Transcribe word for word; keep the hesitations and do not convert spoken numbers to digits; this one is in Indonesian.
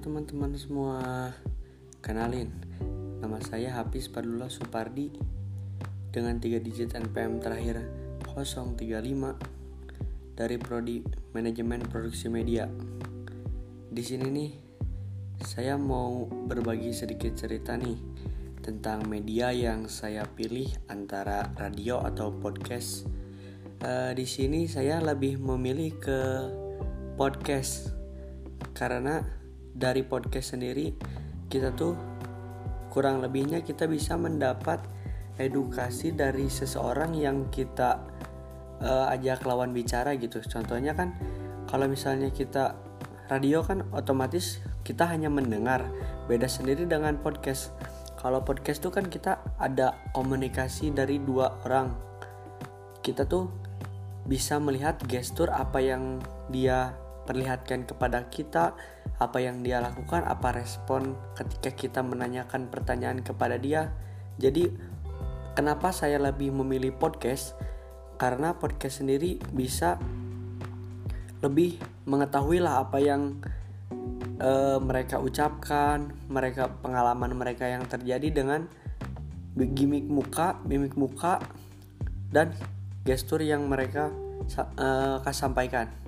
teman-teman semua. Kenalin, nama saya Hafiz Fadlullah Supardi dengan tiga digit N P M terakhir nol tiga lima dari Prodi Manajemen Produksi Media. Di sini nih, saya mau berbagi sedikit cerita nih tentang media yang saya pilih antara radio atau podcast. E, di sini saya lebih memilih ke podcast karena dari podcast sendiri kita tuh kurang lebihnya kita bisa mendapat edukasi dari seseorang yang kita uh, ajak lawan bicara gitu. Contohnya kan kalau misalnya kita radio kan otomatis kita hanya mendengar. Beda sendiri dengan podcast. Kalau podcast tuh kan kita ada komunikasi dari dua orang. Kita tuh bisa melihat gestur apa yang dia perlihatkan kepada kita, apa yang dia lakukan, apa respon ketika kita menanyakan pertanyaan kepada dia. Jadi kenapa saya lebih memilih podcast? Karena podcast sendiri bisa lebih mengetahui lah apa yang e, mereka ucapkan, mereka pengalaman mereka yang terjadi dengan gimik muka, mimik muka dan gestur yang mereka e, sampaikan.